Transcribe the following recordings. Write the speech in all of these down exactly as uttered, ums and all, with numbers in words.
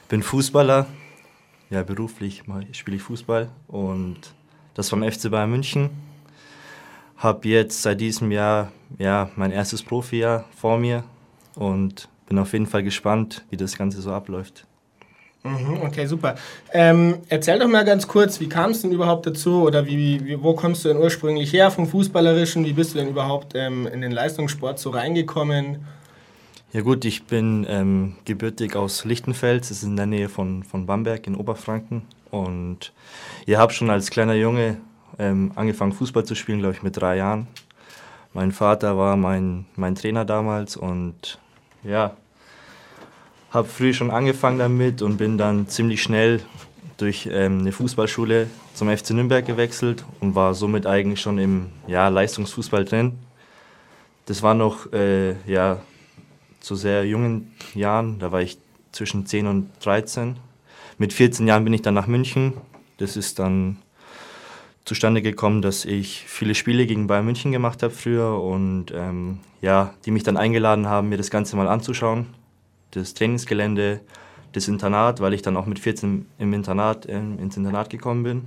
bin Fußballer, ja beruflich spiele ich Fußball und das vom F C Bayern München. Habe jetzt seit diesem Jahr ja, mein erstes Profijahr vor mir und bin auf jeden Fall gespannt, wie das Ganze so abläuft. Mhm, okay, super. Ähm, erzähl doch mal ganz kurz, wie kam es denn überhaupt dazu oder wie, wie, wo kommst du denn ursprünglich her vom Fußballerischen? Wie bist du denn überhaupt ähm, in den Leistungssport so reingekommen? Ja gut, ich bin ähm, gebürtig aus Lichtenfels, das ist in der Nähe von, von Bamberg in Oberfranken. Und ich habe schon als kleiner Junge ähm, angefangen Fußball zu spielen, glaube ich mit drei Jahren. Mein Vater war mein, mein Trainer damals und ja, habe früh schon angefangen damit und bin dann ziemlich schnell durch ähm, eine Fußballschule zum F C Nürnberg gewechselt und war somit eigentlich schon im ja, Leistungsfußball drin. Das war noch äh, ja, zu sehr jungen Jahren, da war ich zwischen zehn und dreizehn. Mit vierzehn Jahren bin ich dann nach München. Das ist dann zustande gekommen, dass ich viele Spiele gegen Bayern München gemacht habe früher und ähm, ja, die mich dann eingeladen haben, mir das Ganze mal anzuschauen. Das Trainingsgelände, das Internat, weil ich dann auch mit vierzehn im Internat, äh, ins Internat gekommen bin.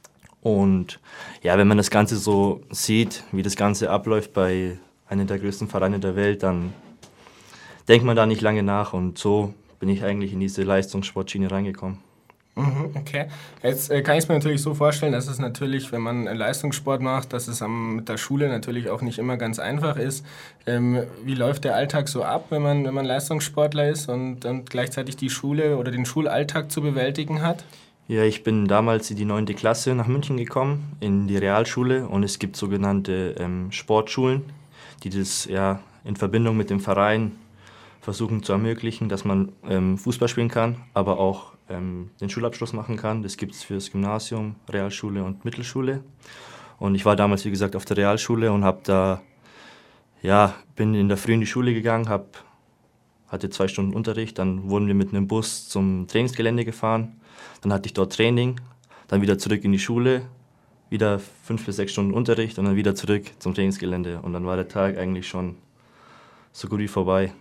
Und ja, wenn man das Ganze so sieht, wie das Ganze abläuft bei einem der größten Vereine der Welt, dann denkt man da nicht lange nach und so bin ich eigentlich in diese Leistungssportschiene reingekommen. Mhm, okay. Jetzt äh, kann ich es mir natürlich so vorstellen, dass es natürlich, wenn man Leistungssport macht, dass es am, mit der Schule natürlich auch nicht immer ganz einfach ist. Ähm, wie läuft der Alltag so ab, wenn man, wenn man Leistungssportler ist und, und gleichzeitig die Schule oder den Schulalltag zu bewältigen hat? Ja, ich bin damals in die neunte Klasse nach München gekommen, in die Realschule und es gibt sogenannte ähm, Sportschulen, die das ja in Verbindung mit dem Verein versuchen zu ermöglichen, dass man ähm, Fußball spielen kann, aber auch ähm, den Schulabschluss machen kann. Das gibt es für das Gymnasium, Realschule und Mittelschule. Und ich war damals, wie gesagt, auf der Realschule und habe da, ja, bin in der Früh in die Schule gegangen, hab, hatte zwei Stunden Unterricht, dann wurden wir mit einem Bus zum Trainingsgelände gefahren, dann hatte ich dort Training, dann wieder zurück in die Schule, wieder fünf bis sechs Stunden Unterricht und dann wieder zurück zum Trainingsgelände. Und dann war der Tag eigentlich schon so gut wie vorbei.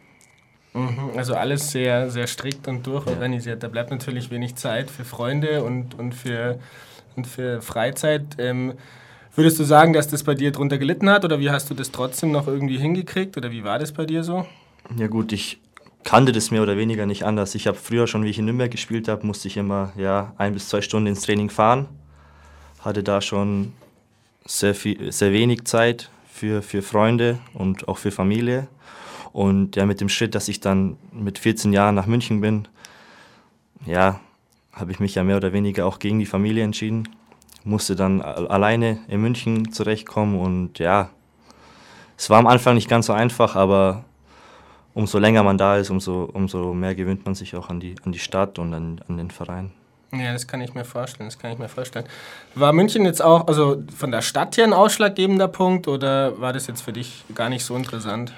Also alles sehr, sehr strikt und durchorganisiert. Da bleibt natürlich wenig Zeit für Freunde und, und, für, und für Freizeit. Ähm, würdest du sagen, dass das bei dir drunter gelitten hat oder wie hast du das trotzdem noch irgendwie hingekriegt oder wie war das bei dir so? Ja gut, ich kannte das mehr oder weniger nicht anders. Ich habe früher schon, wie ich in Nürnberg gespielt habe, musste ich immer ja, ein bis zwei Stunden ins Training fahren. Hatte da schon sehr, viel, sehr wenig Zeit für, für Freunde und auch für Familie. Und ja, mit dem Schritt, dass ich dann mit vierzehn Jahren nach München bin, ja, habe ich mich ja mehr oder weniger auch gegen die Familie entschieden. Musste dann alleine in München zurechtkommen und ja, es war am Anfang nicht ganz so einfach, aber umso länger man da ist, umso, umso mehr gewöhnt man sich auch an die, an die Stadt und an, an den Verein. Ja, das kann ich mir vorstellen, das kann ich mir vorstellen. War München jetzt auch, also von der Stadt her ein ausschlaggebender Punkt oder war das jetzt für dich gar nicht so interessant?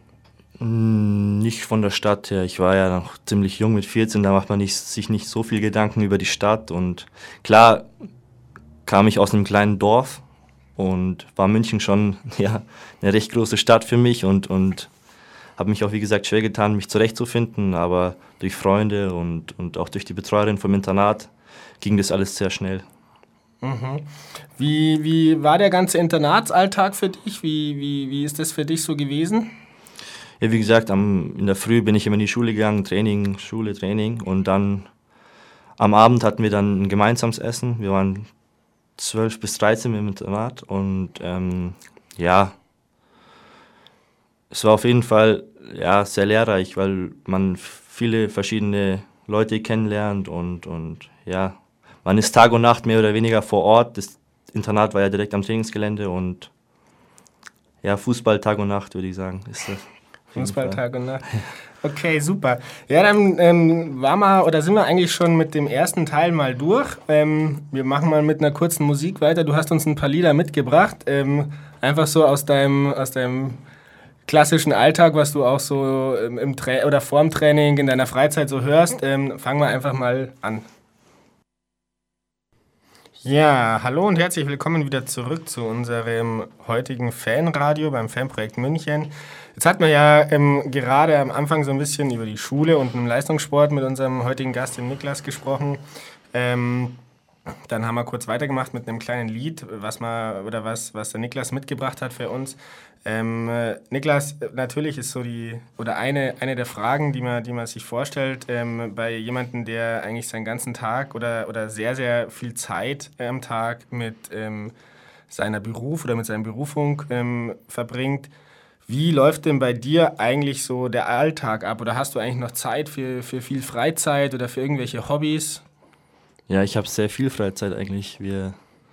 Nicht von der Stadt her. Ich war ja noch ziemlich jung mit vierzehn, da macht man nicht, sich nicht so viel Gedanken über die Stadt. Und klar kam ich aus einem kleinen Dorf und war München schon ja, eine recht große Stadt für mich und, und habe mich auch, wie gesagt, schwer getan, mich zurechtzufinden. Aber durch Freunde und, und auch durch die Betreuerin vom Internat ging das alles sehr schnell. Mhm. Wie, wie war der ganze Internatsalltag für dich? Wie, wie, wie ist das für dich so gewesen? Ja, wie gesagt, am, in der Früh bin ich immer in die Schule gegangen, Training, Schule, Training und dann am Abend hatten wir dann ein gemeinsames Essen. Wir waren zwölf bis dreizehn im Internat und ähm, ja, es war auf jeden Fall ja, sehr lehrreich, weil man viele verschiedene Leute kennenlernt und, und ja, man ist Tag und Nacht mehr oder weniger vor Ort. Das Internat war ja direkt am Trainingsgelände und ja, Fußball Tag und Nacht, würde ich sagen, ist das. Fußball Tag und Nacht. Okay, super. Ja, dann ähm, war mal, oder sind wir eigentlich schon mit dem ersten Teil mal durch. Ähm, wir machen mal mit einer kurzen Musik weiter. Du hast uns ein paar Lieder mitgebracht. Ähm, einfach so aus deinem, aus deinem klassischen Alltag, was du auch so im, im Tra- oder vorm Training in deiner Freizeit so hörst. Ähm, fangen wir einfach mal an. Ja, hallo und herzlich willkommen wieder zurück zu unserem heutigen Fanradio beim Fanprojekt München. Jetzt hat man ja ähm, gerade am Anfang so ein bisschen über die Schule und den Leistungssport mit unserem heutigen Gast, dem Niklas, gesprochen. Ähm, dann haben wir kurz weitergemacht mit einem kleinen Lied, was man, oder was, was der Niklas mitgebracht hat für uns. Ähm, äh, Niklas, natürlich ist so die, oder eine, eine der Fragen, die man, die man sich vorstellt, ähm, bei jemandem, der eigentlich seinen ganzen Tag oder, oder sehr, sehr viel Zeit äh, am Tag mit ähm, seiner Beruf oder mit seiner Berufung ähm, verbringt. Wie läuft denn bei dir eigentlich so der Alltag ab? Oder hast du eigentlich noch Zeit für, für viel Freizeit oder für irgendwelche Hobbys? Ja, ich habe sehr viel Freizeit eigentlich. Wir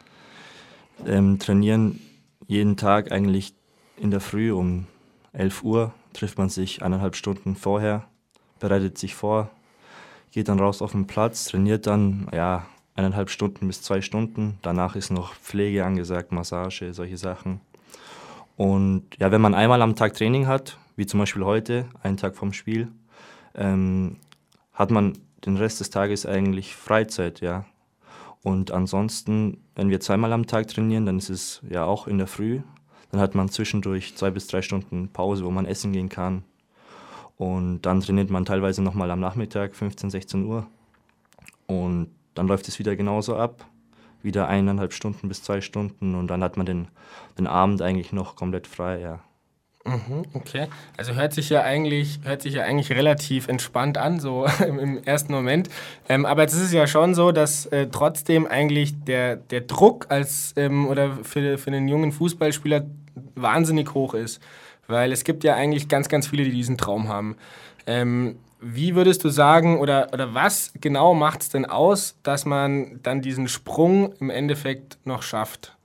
ähm, trainieren jeden Tag eigentlich in der Früh um elf Uhr, trifft man sich eineinhalb Stunden vorher, bereitet sich vor, geht dann raus auf den Platz, trainiert dann ja eineinhalb Stunden bis zwei Stunden. Danach ist noch Pflege angesagt, Massage, solche Sachen. Und ja, wenn man einmal am Tag Training hat, wie zum Beispiel heute, einen Tag vom Spiel, ähm, hat man den Rest des Tages eigentlich Freizeit, ja. Und ansonsten, wenn wir zweimal am Tag trainieren, dann ist es ja auch in der Früh. Dann hat man zwischendurch zwei bis drei Stunden Pause, wo man essen gehen kann. Und dann trainiert man teilweise nochmal am Nachmittag, fünfzehn, sechzehn Uhr. Und dann läuft es wieder genauso ab. Wieder eineinhalb Stunden bis zwei Stunden. Und dann hat man den, den Abend eigentlich noch komplett frei, ja. Mhm, okay. Also hört sich ja eigentlich, hört sich ja eigentlich relativ entspannt an, so im, im ersten Moment. Ähm, aber jetzt ist es ja schon so, dass äh, trotzdem eigentlich der, der Druck als ähm, oder für, für einen jungen Fußballspieler wahnsinnig hoch ist. Weil es gibt ja eigentlich ganz, ganz viele, die diesen Traum haben. Ähm, wie würdest du sagen, oder, oder was genau macht es denn aus, dass man dann diesen Sprung im Endeffekt noch schafft?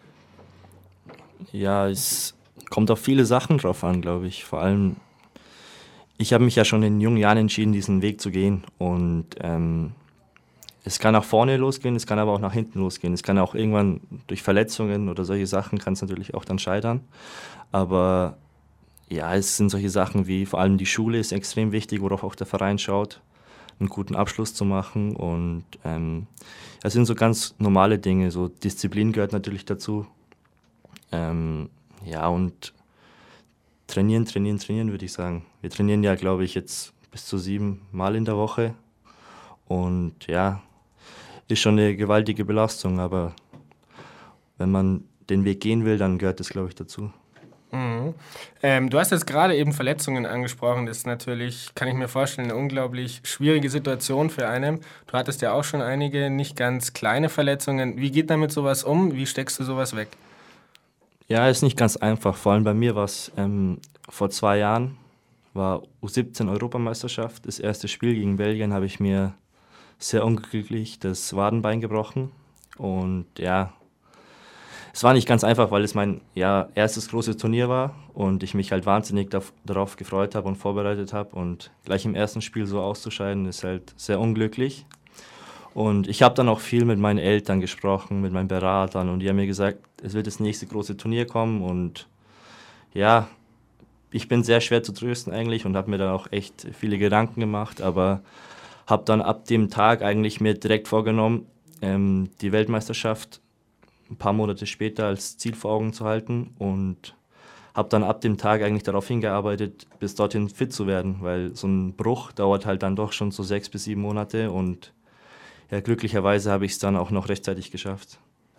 Ja, es kommt auf viele Sachen drauf an, glaube ich. Vor allem, ich habe mich ja schon in jungen Jahren entschieden, diesen Weg zu gehen. Und ähm, es kann nach vorne losgehen, es kann aber auch nach hinten losgehen. Es kann auch irgendwann durch Verletzungen oder solche Sachen kann es natürlich auch dann scheitern. Aber ja, es sind solche Sachen wie vor allem die Schule ist extrem wichtig, worauf auch der Verein schaut, einen guten Abschluss zu machen. Und ähm, das sind so ganz normale Dinge. So Disziplin gehört natürlich dazu. Ähm, ja, und trainieren, trainieren, trainieren, würde ich sagen. Wir trainieren ja, glaube ich, jetzt bis zu sieben Mal in der Woche. Und ja, ist schon eine gewaltige Belastung, aber wenn man den Weg gehen will, dann gehört das, glaube ich, dazu. Mhm. Ähm, du hast jetzt gerade eben Verletzungen angesprochen. Das ist natürlich, kann ich mir vorstellen, eine unglaublich schwierige Situation für einen. Du hattest ja auch schon einige nicht ganz kleine Verletzungen. Wie geht damit sowas um? Wie steckst du sowas weg? Ja, ist nicht ganz einfach. Vor allem bei mir war es ähm, vor zwei Jahren, war U siebzehn Europameisterschaft. Das erste Spiel gegen Belgien habe ich mir sehr unglücklich das Wadenbein gebrochen. Und ja, es war nicht ganz einfach, weil es mein ja, erstes großes Turnier war und ich mich halt wahnsinnig daf- darauf gefreut habe und vorbereitet habe. Und gleich im ersten Spiel so auszuscheiden, ist halt sehr unglücklich. Und ich habe dann auch viel mit meinen Eltern gesprochen, mit meinen Beratern und die haben mir gesagt, es wird das nächste große Turnier kommen und ja, ich bin sehr schwer zu trösten eigentlich und habe mir da auch echt viele Gedanken gemacht, aber habe dann ab dem Tag eigentlich mir direkt vorgenommen, ähm, die Weltmeisterschaft ein paar Monate später als Ziel vor Augen zu halten und habe dann ab dem Tag eigentlich darauf hingearbeitet, bis dorthin fit zu werden, weil so ein Bruch dauert halt dann doch schon so sechs bis sieben Monate und ja, glücklicherweise habe ich es dann auch noch rechtzeitig geschafft.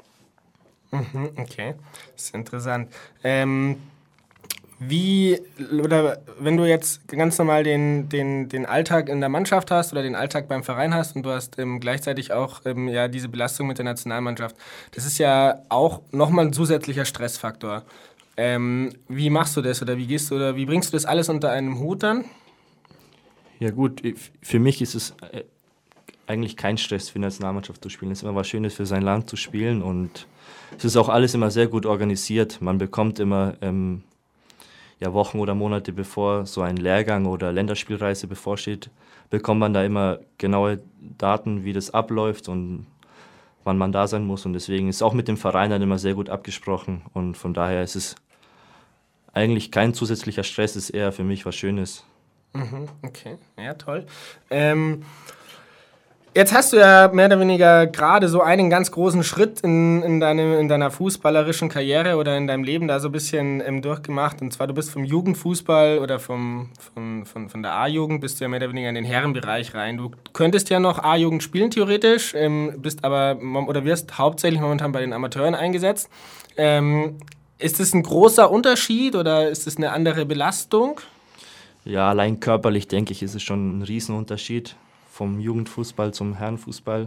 Mhm, okay, das ist interessant. Ähm, wie, oder wenn du jetzt ganz normal den, den, den Alltag in der Mannschaft hast oder den Alltag beim Verein hast und du hast ähm, gleichzeitig auch ähm, ja, diese Belastung mit der Nationalmannschaft, das ist ja auch nochmal ein zusätzlicher Stressfaktor. Ähm, wie machst du das oder wie gehst du oder wie bringst du das alles unter einem Hut dann? Ja gut, für mich ist es äh, eigentlich kein Stress für die Nationalmannschaft zu spielen. Es ist immer was Schönes für sein Land zu spielen und es ist auch alles immer sehr gut organisiert. Man bekommt immer ähm, ja, Wochen oder Monate bevor so ein Lehrgang oder Länderspielreise bevorsteht, bekommt man da immer genaue Daten, wie das abläuft und wann man da sein muss. Und deswegen ist auch mit dem Verein dann immer sehr gut abgesprochen. Und von daher ist es eigentlich kein zusätzlicher Stress, es ist eher für mich was Schönes. Mhm, okay, ja, toll. Ähm, Jetzt hast du ja mehr oder weniger gerade so einen ganz großen Schritt in, in, deine, in deiner fußballerischen Karriere oder in deinem Leben da so ein bisschen ähm, durchgemacht. Und zwar, du bist vom Jugendfußball oder vom, vom, von, von der A-Jugend bist du ja mehr oder weniger in den Herrenbereich rein. Du könntest ja noch A-Jugend spielen, theoretisch, ähm, bist aber oder wirst hauptsächlich momentan bei den Amateuren eingesetzt. Ähm, ist das ein großer Unterschied oder ist das eine andere Belastung? Ja, allein körperlich, denke ich, ist es schon ein Riesenunterschied vom Jugendfußball zum Herrenfußball.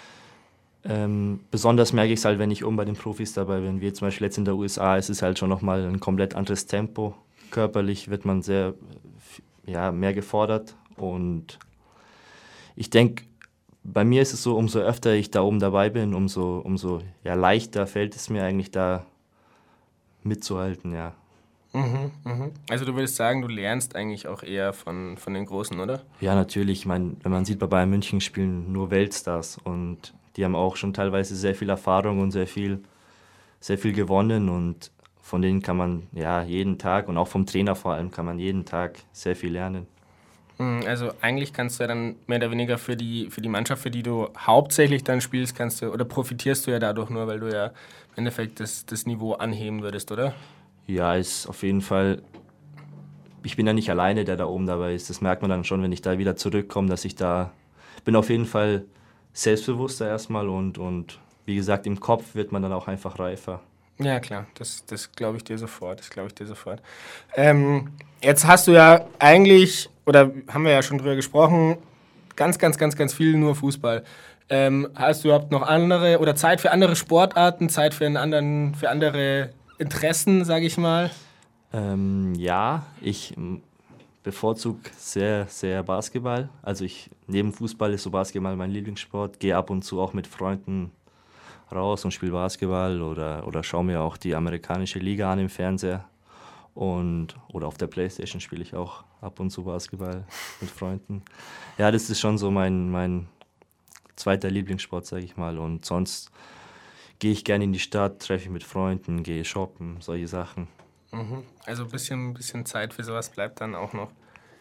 Ähm, besonders merke ich es halt, wenn ich oben bei den Profis dabei bin, wie zum Beispiel jetzt in der U S A, ist es halt schon nochmal ein komplett anderes Tempo. Körperlich wird man sehr, ja, mehr gefordert und ich denke, bei mir ist es so, umso öfter ich da oben dabei bin, umso, umso ja, leichter fällt es mir eigentlich da mitzuhalten, ja. Mhm, mhm. Also du würdest sagen, du lernst eigentlich auch eher von, von den Großen, oder? Ja, natürlich. Ich meine, wenn man sieht, bei Bayern München spielen nur Weltstars und die haben auch schon teilweise sehr viel Erfahrung und sehr viel, sehr viel gewonnen und von denen kann man ja jeden Tag und auch vom Trainer vor allem kann man jeden Tag sehr viel lernen. Also eigentlich kannst du ja dann mehr oder weniger für die, für die Mannschaft, für die du hauptsächlich dann spielst, kannst du oder profitierst du ja dadurch nur, weil du ja im Endeffekt das, das Niveau anheben würdest, oder? Ja, ist auf jeden Fall, ich bin ja nicht alleine, der da oben dabei ist. Das merkt man dann schon, wenn ich da wieder zurückkomme, dass ich da, bin auf jeden Fall selbstbewusster erstmal und, und wie gesagt, im Kopf wird man dann auch einfach reifer. Ja, klar, das, das glaube ich dir sofort, das glaube ich dir sofort. Ähm, jetzt hast du ja eigentlich, oder haben wir ja schon drüber gesprochen, ganz, ganz, ganz, ganz viel nur Fußball. Ähm, hast du überhaupt noch andere, oder Zeit für andere Sportarten, Zeit für, einen anderen, für andere Interessen, sage ich mal? Ähm, ja, ich bevorzuge sehr, sehr Basketball. Also ich, neben Fußball ist so Basketball mein Lieblingssport. Gehe ab und zu auch mit Freunden raus und spiele Basketball oder, oder schaue mir auch die amerikanische Liga an im Fernseher. Und, oder auf der Playstation spiele ich auch ab und zu Basketball mit Freunden. Ja, das ist schon so mein, mein zweiter Lieblingssport, sage ich mal. Und sonst gehe ich gerne in die Stadt, treffe ich mit Freunden, gehe shoppen, solche Sachen. Mhm. Also ein bisschen, bisschen Zeit für sowas bleibt dann auch noch.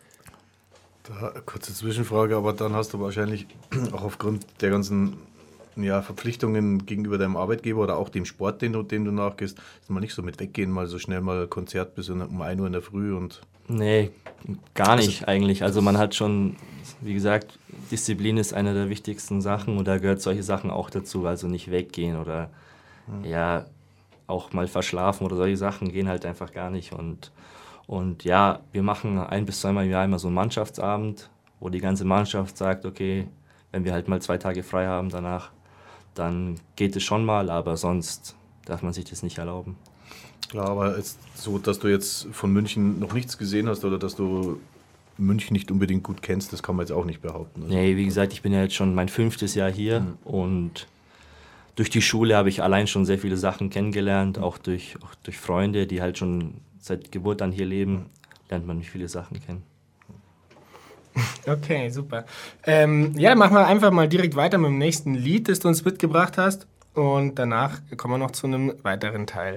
Da, kurze Zwischenfrage, aber dann hast du wahrscheinlich auch aufgrund der ganzen ja, Verpflichtungen gegenüber deinem Arbeitgeber oder auch dem Sport, den du, dem du nachgehst, dass man nicht so mit weggehen, mal so schnell mal Konzert bis um ein Uhr in der Früh und... Nee, gar nicht also, eigentlich. Also man hat schon, wie gesagt, Disziplin ist eine der wichtigsten Sachen und da gehört solche Sachen auch dazu, also nicht weggehen oder mhm. ja, auch mal verschlafen oder solche Sachen gehen halt einfach gar nicht und, und ja, wir machen ein bis zweimal im Jahr immer so einen Mannschaftsabend, wo die ganze Mannschaft sagt, okay, wenn wir halt mal zwei Tage frei haben danach, dann geht es schon mal, aber sonst darf man sich das nicht erlauben. Klar, aber ist so, dass du jetzt von München noch nichts gesehen hast oder dass du München nicht unbedingt gut kennst, das kann man jetzt auch nicht behaupten. Also. Nee, wie gesagt, ich bin ja jetzt schon mein fünftes Jahr hier mhm. und durch die Schule habe ich allein schon sehr viele Sachen kennengelernt, auch durch, auch durch Freunde, die halt schon seit Geburt an hier leben, lernt man viele Sachen kennen. Okay, super. Ähm, ja, dann machen wir einfach mal direkt weiter mit dem nächsten Lied, das du uns mitgebracht hast. Und danach kommen wir noch zu einem weiteren Teil.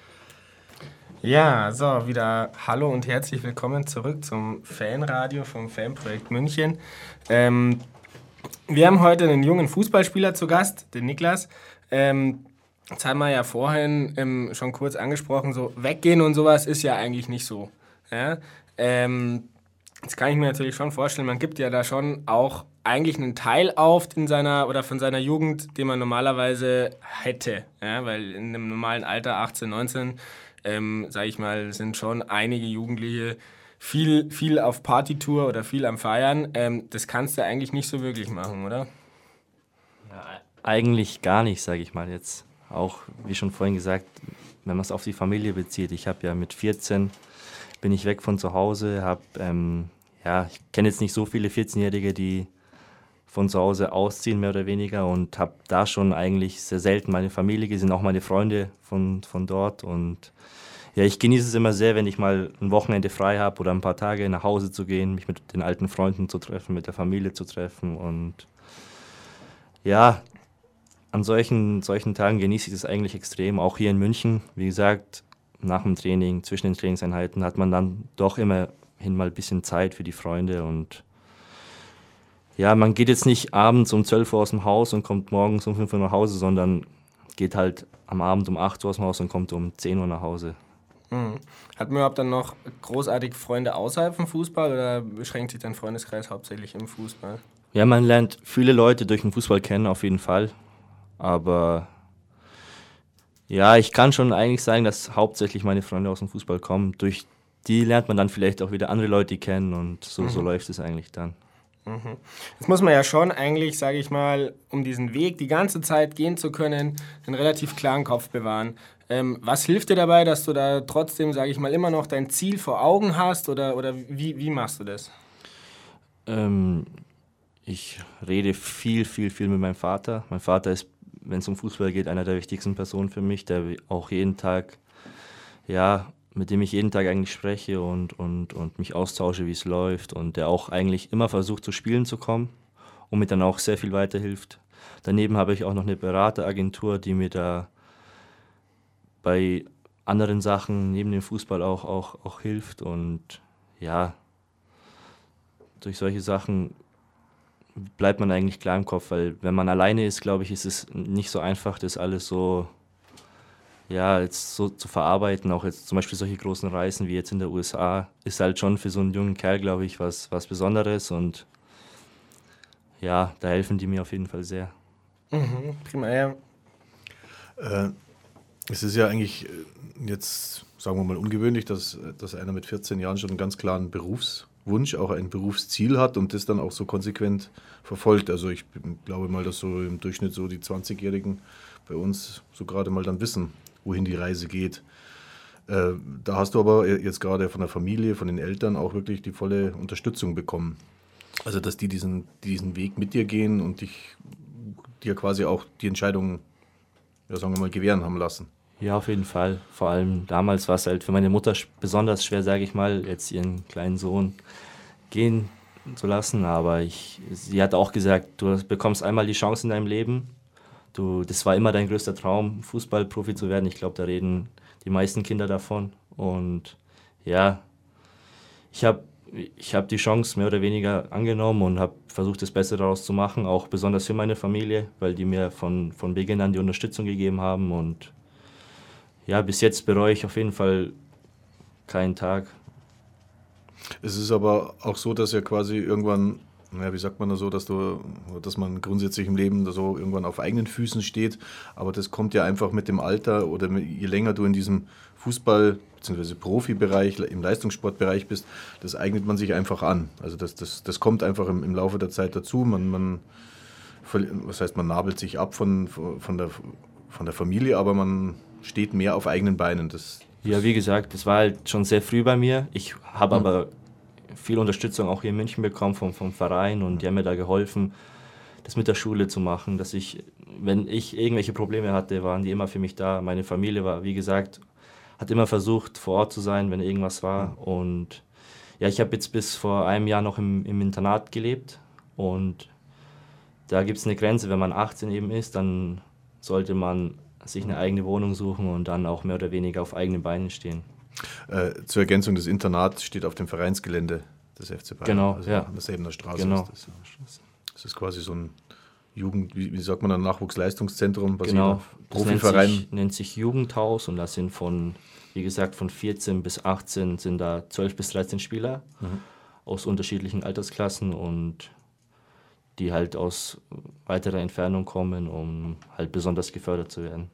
Ja, so, wieder hallo und herzlich willkommen zurück zum Fanradio vom Fanprojekt München. Ähm, wir haben heute einen jungen Fußballspieler zu Gast, den Niklas. Ähm, das haben wir ja vorhin ähm, schon kurz angesprochen, so weggehen und sowas ist ja eigentlich nicht so. Ja? Ähm, Das kann ich mir natürlich schon vorstellen. Man gibt ja da schon auch eigentlich einen Teil auf in seiner oder von seiner Jugend, den man normalerweise hätte. Ja, weil in einem normalen Alter, achtzehn, neunzehn, ähm, sage ich mal, sind schon einige Jugendliche viel, viel auf Partytour oder viel am Feiern. Ähm, das kannst du eigentlich nicht so wirklich machen, oder? Ja, eigentlich gar nicht, sage ich mal jetzt. Auch, wie schon vorhin gesagt, wenn man es auf die Familie bezieht. Ich habe ja mit vierzehn bin ich weg von zu Hause, habe, ähm, ja, ich kenne jetzt nicht so viele vierzehnjährige, die von zu Hause ausziehen, mehr oder weniger, und habe da schon eigentlich sehr selten meine Familie gesehen, auch meine Freunde von, von dort. Und ja, ich genieße es immer sehr, wenn ich mal ein Wochenende frei habe oder ein paar Tage nach Hause zu gehen, mich mit den alten Freunden zu treffen, mit der Familie zu treffen. Und ja, an solchen, solchen Tagen genieße ich es eigentlich extrem, auch hier in München. Wie gesagt, nach dem Training, zwischen den Trainingseinheiten hat man dann doch immerhin mal ein bisschen Zeit für die Freunde und ja, man geht jetzt nicht abends um zwölf Uhr aus dem Haus und kommt morgens um fünf Uhr nach Hause, sondern geht halt am Abend um acht Uhr aus dem Haus und kommt um zehn Uhr nach Hause. Mhm. Hat man überhaupt dann noch großartig Freunde außerhalb vom Fußball oder beschränkt sich dein Freundeskreis hauptsächlich im Fußball? Ja, man lernt viele Leute durch den Fußball kennen, auf jeden Fall. Aber ja, ich kann schon eigentlich sagen, dass hauptsächlich meine Freunde aus dem Fußball kommen. Durch die lernt man dann vielleicht auch wieder andere Leute kennen und so, mhm. so läuft es eigentlich dann. Mhm. Jetzt muss man ja schon eigentlich, sage ich mal, um diesen Weg die ganze Zeit gehen zu können, einen relativ klaren Kopf bewahren. Ähm, was hilft dir dabei, dass du da trotzdem, sage ich mal, immer noch dein Ziel vor Augen hast oder, oder wie, wie machst du das? Ähm, ich rede viel, viel, viel mit meinem Vater. Mein Vater ist, wenn es um Fußball geht, einer der wichtigsten Personen für mich, der auch jeden Tag, ja, mit dem ich jeden Tag eigentlich spreche und, und, und mich austausche, wie es läuft und der auch eigentlich immer versucht, zu Spielen zu kommen und mir dann auch sehr viel weiterhilft. Daneben habe ich auch noch eine Berateragentur, die mir da bei anderen Sachen neben dem Fußball auch, auch, auch hilft und ja, durch solche Sachen bleibt man eigentlich klar im Kopf, weil wenn man alleine ist, glaube ich, ist es nicht so einfach, das alles so ja, jetzt so zu verarbeiten, auch jetzt zum Beispiel solche großen Reisen wie jetzt in der U S A, ist halt schon für so einen jungen Kerl, glaube ich, was, was Besonderes und ja, da helfen die mir auf jeden Fall sehr. Mhm, prima, ja. Äh, es ist ja eigentlich jetzt, sagen wir mal, ungewöhnlich, dass, dass einer mit vierzehn Jahren schon einen ganz klaren Berufswunsch, auch ein Berufsziel hat und das dann auch so konsequent verfolgt. Also ich glaube mal, dass so im Durchschnitt so die zwanzigjährigen bei uns so gerade mal dann wissen, wohin die Reise geht. Äh, da hast du aber jetzt gerade von der Familie, von den Eltern auch wirklich die volle Unterstützung bekommen. Also dass die diesen, diesen Weg mit dir gehen und dich dir quasi auch die Entscheidung, ja, sagen wir mal, gewähren haben lassen. Ja, auf jeden Fall. Vor allem damals war es halt für meine Mutter besonders schwer, sage ich mal, jetzt ihren kleinen Sohn gehen zu lassen. Aber ich, sie hat auch gesagt, du bekommst einmal die Chance in deinem Leben. Du, das war immer dein größter Traum, Fußballprofi zu werden. Ich glaube, da reden die meisten Kinder davon. Und ja, ich habe ich hab die Chance mehr oder weniger angenommen und habe versucht, das Beste daraus zu machen, auch besonders für meine Familie, weil die mir von, von Beginn an die Unterstützung gegeben haben. Und ja, bis jetzt bereue ich auf jeden Fall keinen Tag. Es ist aber auch so, dass ja quasi irgendwann, ja, wie sagt man da so, dass du, dass man grundsätzlich im Leben so irgendwann auf eigenen Füßen steht, aber das kommt ja einfach mit dem Alter oder je länger du in diesem Fußball- bzw. Profibereich, im Leistungssportbereich bist, das eignet man sich einfach an. Also das, das, das kommt einfach im, im Laufe der Zeit dazu. Man, man, was heißt, man nabelt sich ab von, von, der, von der Familie, aber man steht mehr auf eigenen Beinen. Das, ja, wie gesagt, das war halt schon sehr früh bei mir. Ich habe mhm. aber viel Unterstützung auch hier in München bekommen vom, vom Verein und die haben mir da geholfen, das mit der Schule zu machen, dass ich, wenn ich irgendwelche Probleme hatte, waren die immer für mich da. Meine Familie war, wie gesagt, hat immer versucht, vor Ort zu sein, wenn irgendwas war. Und ja, ich habe jetzt bis vor einem Jahr noch im, im Internat gelebt und da gibt es eine Grenze, wenn man achtzehn eben ist, dann sollte man sich eine eigene Wohnung suchen und dann auch mehr oder weniger auf eigenen Beinen stehen. Äh, zur Ergänzung, das Internat steht auf dem Vereinsgelände des F C Bayern. Genau, also ja. An der Säbener Straße genau. ist das. Das ist quasi so ein Jugend, wie, wie sagt man, ein Nachwuchsleistungszentrum. Was genau, das Profiverein nennt sich, nennt sich Jugendhaus und das sind von, wie gesagt, von vierzehn bis achtzehn sind da zwölf bis dreizehn Spieler mhm. aus unterschiedlichen Altersklassen und die halt aus weiterer Entfernung kommen, um halt besonders gefördert zu werden.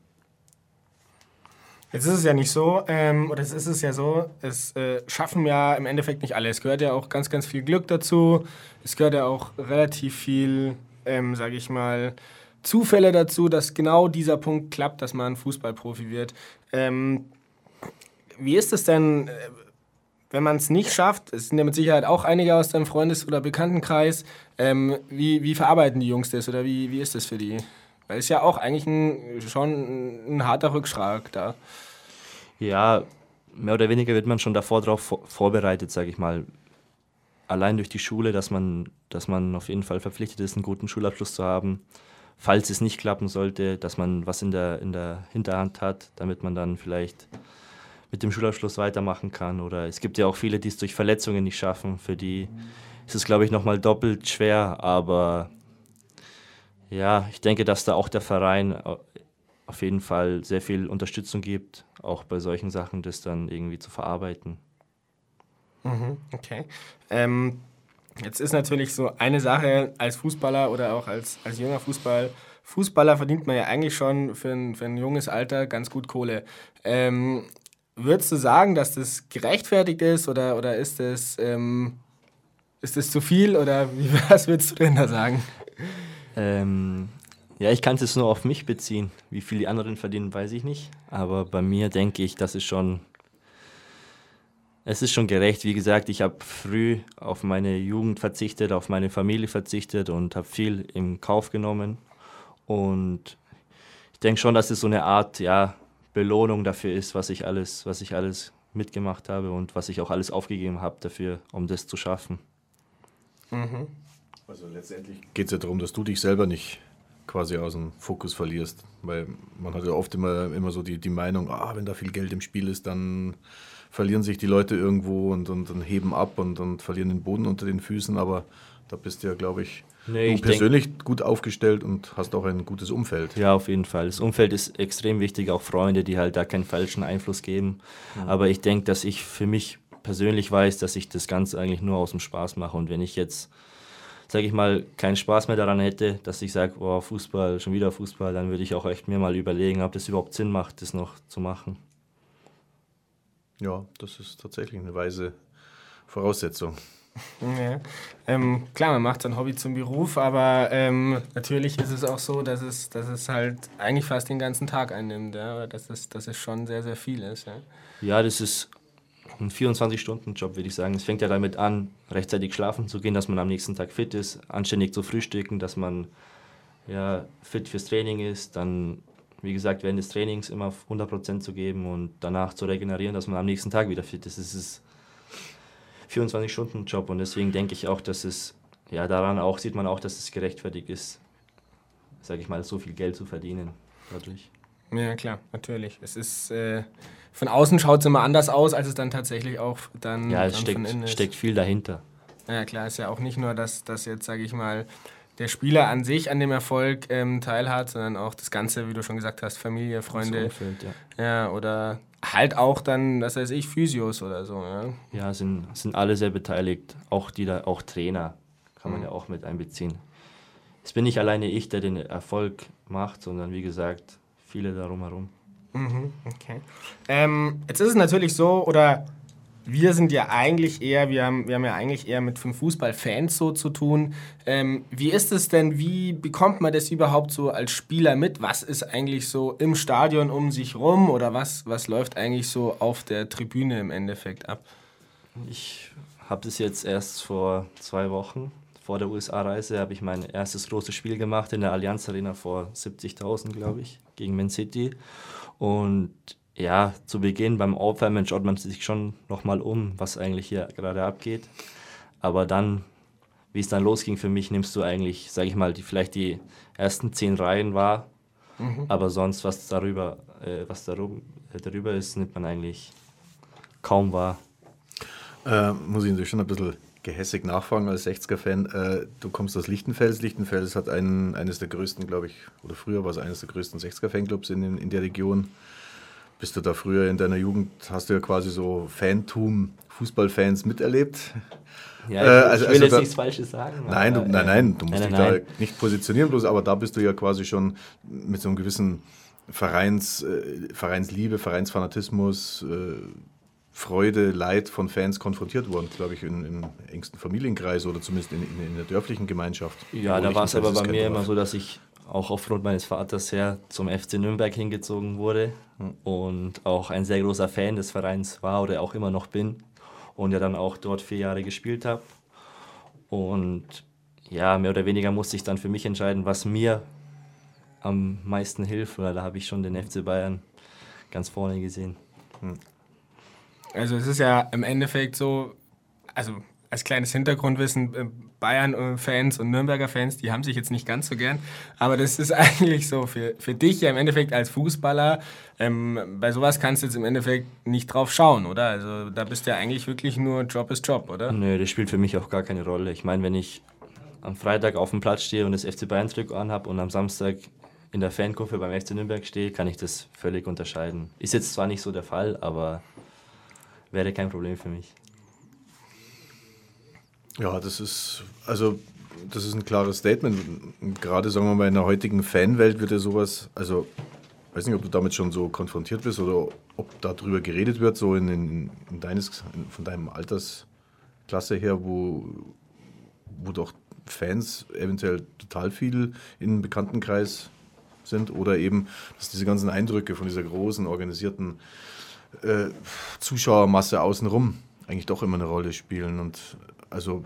Jetzt ist es ja nicht so, ähm, oder es ist es ja so, es äh, schaffen ja im Endeffekt nicht alle. Es gehört ja auch ganz, ganz viel Glück dazu. Es gehört ja auch relativ viel, ähm, sage ich mal, Zufälle dazu, dass genau dieser Punkt klappt, dass man Fußballprofi wird. Ähm, wie ist es denn, äh, wenn man es nicht schafft? Es sind ja mit Sicherheit auch einige aus deinem Freundes- oder Bekanntenkreis. Ähm, wie, wie verarbeiten die Jungs das oder wie, wie ist das für die? Weil es ist ja auch eigentlich ein, schon ein, ein harter Rückschlag da. Ja, mehr oder weniger wird man schon davor darauf vor, vorbereitet, sage ich mal. Allein durch die Schule, dass man, dass man auf jeden Fall verpflichtet ist, einen guten Schulabschluss zu haben. Falls es nicht klappen sollte, dass man was in der, in der Hinterhand hat, damit man dann vielleicht mit dem Schulabschluss weitermachen kann. Oder es gibt ja auch viele, die es durch Verletzungen nicht schaffen. Für die ist es, glaube ich, nochmal doppelt schwer. Aber ja, ich denke, dass da auch der Verein auf jeden Fall sehr viel Unterstützung gibt, auch bei solchen Sachen, das dann irgendwie zu verarbeiten. Mhm, okay. Ähm, jetzt ist natürlich so eine Sache als Fußballer oder auch als, als junger Fußball, Fußballer verdient man ja eigentlich schon für ein, für ein junges Alter ganz gut Kohle. Ähm, würdest du sagen, dass das gerechtfertigt ist oder, oder ist das, ähm, ist das zu viel oder wie, was würdest du denn da sagen? Ähm, ja, ich kann es jetzt nur auf mich beziehen. Wie viel die anderen verdienen, weiß ich nicht. Aber bei mir denke ich, das ist schon, es ist schon gerecht. Wie gesagt, ich habe früh auf meine Jugend verzichtet, auf meine Familie verzichtet und habe viel im Kauf genommen. Und ich denke schon, dass es so eine Art, ja, Belohnung dafür ist, was ich alles, was ich alles mitgemacht habe und was ich auch alles aufgegeben habe dafür, um das zu schaffen. Mhm. Also letztendlich geht es ja darum, dass du dich selber nicht quasi aus dem Fokus verlierst. Weil man hat ja oft immer, immer so die, die Meinung, ah, wenn da viel Geld im Spiel ist, dann verlieren sich die Leute irgendwo und, und, und heben ab und, und verlieren den Boden unter den Füßen. Aber da bist du ja, glaube ich, Nee, du ich persönlich denk, gut aufgestellt und hast auch ein gutes Umfeld. Ja, auf jeden Fall. Das Umfeld ist extrem wichtig, auch Freunde, die halt da keinen falschen Einfluss geben. Mhm. Aber ich denke, dass ich für mich persönlich weiß, dass ich das Ganze eigentlich nur aus dem Spaß mache. Und wenn ich jetzt, sage ich mal, keinen Spaß mehr daran hätte, dass ich sage, oh, Fußball, schon wieder Fußball, dann würde ich auch echt mir mal überlegen, ob das überhaupt Sinn macht, das noch zu machen. Ja, das ist tatsächlich eine weise Voraussetzung. Ja. Ähm, klar, man macht sein Hobby zum Beruf, aber ähm, natürlich ist es auch so, dass es, dass es halt eigentlich fast den ganzen Tag einnimmt, ja? Oder dass es, dass es schon sehr, sehr viel ist. Ja, ja, das ist ein vierundzwanzig-Stunden-Job, würde ich sagen. Es fängt ja damit an, rechtzeitig schlafen zu gehen, dass man am nächsten Tag fit ist, anständig zu frühstücken, dass man ja, fit fürs Training ist, dann, wie gesagt, während des Trainings immer hundert Prozent zu geben und danach zu regenerieren, dass man am nächsten Tag wieder fit ist. Es ist vierundzwanzig-Stunden-Job und deswegen denke ich auch, dass es, ja, daran auch sieht man auch, dass es gerechtfertigt ist, sage ich mal, so viel Geld zu verdienen dadurch. Ja, klar, natürlich. Es ist, äh, von außen schaut es immer anders aus, als es dann tatsächlich auch dann, ja, es dann steckt, von innen ist. steckt viel dahinter. Ja, klar, ist ja auch nicht nur, dass, dass jetzt, sage ich mal, der Spieler an sich an dem Erfolg ähm, teilhat, sondern auch das Ganze, wie du schon gesagt hast, Familie, Freunde. Das Umfeld, ja. Ja, oder halt auch dann, was weiß ich, Physios oder so. Ja, ja sind, sind alle sehr beteiligt, auch, die da, auch Trainer kann man mhm. ja auch mit einbeziehen. Es bin nicht alleine ich, der den Erfolg macht, sondern wie gesagt, viele darum herum. Mhm, okay. Ähm, jetzt ist es natürlich so, oder wir sind ja eigentlich eher, wir haben, wir haben ja eigentlich eher mit Fußballfans so zu tun. Ähm, wie ist es denn, wie bekommt man das überhaupt so als Spieler mit? Was ist eigentlich so im Stadion um sich rum oder was, was läuft eigentlich so auf der Tribüne im Endeffekt ab? Ich habe das jetzt erst vor zwei Wochen, vor der U S A-Reise, habe ich mein erstes großes Spiel gemacht in der Allianz Arena vor siebzigtausend, glaube ich, gegen Man City. Und ja, zu Beginn beim Aufwärmen schaut man sich schon nochmal um, was eigentlich hier gerade abgeht. Aber dann, wie es dann losging für mich, nimmst du eigentlich, sage ich mal, die, vielleicht die ersten zehn Reihen wahr. Mhm. Aber sonst, was darüber, äh, was darüber, äh, darüber ist, nimmt man eigentlich kaum wahr. Äh, muss ich natürlich schon ein bisschen gehässig nachfragen als sechziger-Fan. Äh, du kommst aus Lichtenfels. Lichtenfels hat einen, eines der größten, glaube ich, oder früher war es eines der größten sechziger-Fanclubs in, in der Region. Bist du da früher in deiner Jugend, hast du ja quasi so Fantum, Fußballfans miterlebt? Ja, ich, äh, also, ich will also jetzt da, nichts Falsches sagen. Nein, aber, du, nein, nein, du musst nein, dich nein. da nicht positionieren, bloß, aber da bist du ja quasi schon mit so einem gewissen Vereins, äh, Vereinsliebe, Vereinsfanatismus, äh, Freude, Leid von Fans konfrontiert worden, glaube ich, in, im engsten Familienkreis oder zumindest in, in, in der dörflichen Gemeinschaft. Ja, da war es aber bei mir immer so, dass ich auch aufgrund meines Vaters her zum F C Nürnberg hingezogen wurde und auch ein sehr großer Fan des Vereins war oder auch immer noch bin und ja dann auch dort vier Jahre gespielt habe. Und ja, mehr oder weniger musste ich dann für mich entscheiden, was mir am meisten hilft, oder da habe ich schon den F C Bayern ganz vorne gesehen. Also es ist ja im Endeffekt so, also als kleines Hintergrundwissen, Bayern-Fans und Nürnberger Fans, die haben sich jetzt nicht ganz so gern. Aber das ist eigentlich so für, für dich ja im Endeffekt als Fußballer. Ähm, bei sowas kannst du jetzt im Endeffekt nicht drauf schauen, oder? Also da bist du ja eigentlich wirklich nur Job ist Job, oder? Nö, das spielt für mich auch gar keine Rolle. Ich meine, wenn ich am Freitag auf dem Platz stehe und das F C Bayern-Trikot anhabe und am Samstag in der Fankurve beim F C Nürnberg stehe, kann ich das völlig unterscheiden. Ist jetzt zwar nicht so der Fall, aber wäre kein Problem für mich. Ja, das ist, also, das ist ein klares Statement. Und gerade, sagen wir mal, in der heutigen Fanwelt wird ja sowas, also, ich weiß nicht, ob du damit schon so konfrontiert bist oder ob darüber geredet wird, so in, in, in deines, in, von deinem Altersklasse her, wo, wo doch Fans eventuell total viel im Bekanntenkreis sind oder eben, dass diese ganzen Eindrücke von dieser großen, organisierten äh, Zuschauermasse außenrum eigentlich doch immer eine Rolle spielen. Und also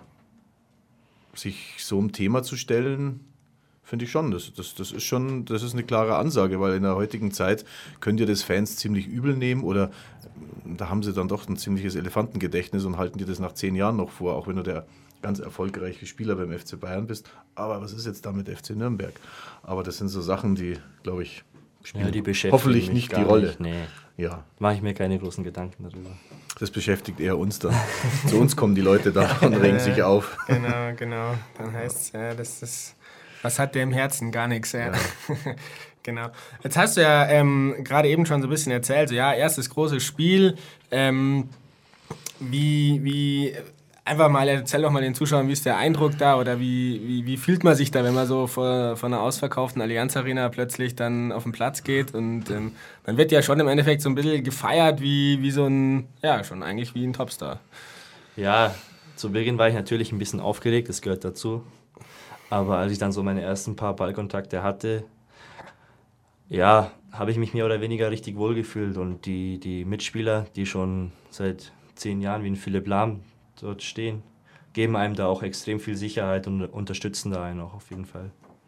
sich so einem Thema zu stellen, finde ich schon, das, das, das ist schon, das ist eine klare Ansage, weil in der heutigen Zeit könnt ihr das Fans ziemlich übel nehmen oder da haben sie dann doch ein ziemliches Elefantengedächtnis und halten dir das nach zehn Jahren noch vor, auch wenn du der ganz erfolgreiche Spieler beim F C Bayern bist. Aber was ist jetzt da mit F C Nürnberg? Aber das sind so Sachen, die, glaube ich, spielen Ja, die beschäftigen hoffentlich mich nicht die gar Rolle. Nicht, nee. Ja, Mache ich mir keine großen Gedanken darüber. das beschäftigt eher uns dann. Zu uns kommen die Leute da und regen sich auf. Genau, genau. Dann heißt es, ja, das ist, was hat der im Herzen? Gar nichts. Ja. Ja. Genau. Jetzt hast du ja ähm, gerade eben schon so ein bisschen erzählt, so ja, erstes großes Spiel. Ähm, wie, wie, einfach mal, erzähl doch mal den Zuschauern, wie ist der Eindruck da oder wie, wie, wie fühlt man sich da, wenn man so vor, vor einer ausverkauften Allianz Arena plötzlich dann auf den Platz geht und ähm, man wird ja schon im Endeffekt so ein bisschen gefeiert wie, wie so ein, ja, schon eigentlich wie ein Topstar. Ja, zu Beginn war ich natürlich ein bisschen aufgeregt, das gehört dazu. Aber als ich dann so meine ersten paar Ballkontakte hatte, ja, habe ich mich mehr oder weniger richtig wohlgefühlt. Und die, die Mitspieler, die schon seit zehn Jahren wie ein Philipp Lahm dort stehen, geben einem da auch extrem viel Sicherheit und unterstützen da einen auch auf jeden Fall.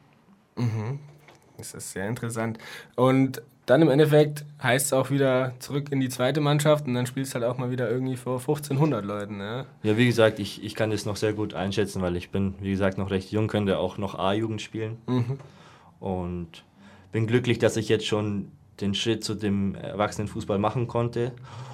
Mhm. Das ist sehr interessant. Und dann im Endeffekt heißt es auch wieder zurück in die zweite Mannschaft und dann spielst du halt auch mal wieder irgendwie vor fünfzehnhundert Leuten. Ja, Ja, wie gesagt, ich, ich kann das noch sehr gut einschätzen, weil ich bin, wie gesagt, noch recht jung, könnte auch noch A-Jugend spielen. mhm. Und bin glücklich, dass ich jetzt schon den Schritt zu dem Erwachsenenfußball machen konnte.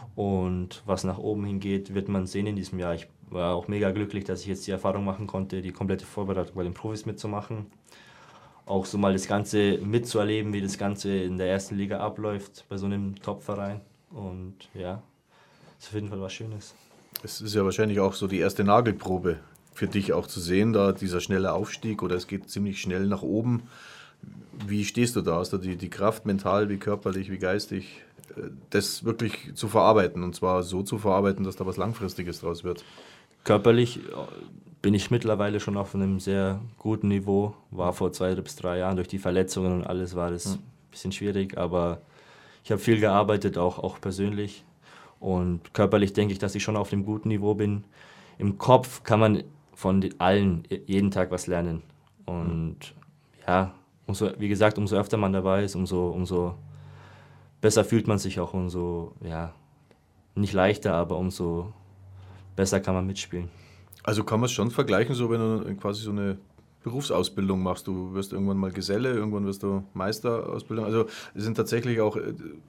Und was nach oben hingeht, wird man sehen in diesem Jahr. Ich war auch mega glücklich, dass ich jetzt die Erfahrung machen konnte, die komplette Vorbereitung bei den Profis mitzumachen. Auch so mal das Ganze mitzuerleben, wie das Ganze in der ersten Liga abläuft bei so einem Top-Verein. Und ja, ist auf jeden Fall was Schönes. Es ist ja wahrscheinlich auch so die erste Nagelprobe für dich auch zu sehen, da dieser schnelle Aufstieg oder es geht ziemlich schnell nach oben. Wie stehst du da? Hast du die, die Kraft, mental, wie körperlich, wie geistig, das wirklich zu verarbeiten und zwar so zu verarbeiten, dass da was Langfristiges draus wird? Körperlich bin ich mittlerweile schon auf einem sehr guten Niveau. War vor zwei bis drei Jahren durch die Verletzungen und alles war das ein bisschen schwierig, aber ich habe viel gearbeitet, auch, auch persönlich. Und körperlich denke ich, dass ich schon auf einem guten Niveau bin. Im Kopf kann man von allen jeden Tag was lernen. Und ja, umso, wie gesagt, umso öfter man dabei ist, umso, umso besser fühlt man sich auch, umso, ja, nicht leichter, aber umso besser kann man mitspielen. Also kann man es schon vergleichen, so wenn du quasi so eine Berufsausbildung machst. Du wirst irgendwann mal Geselle, irgendwann wirst du Meisterausbildung. Also es sind tatsächlich auch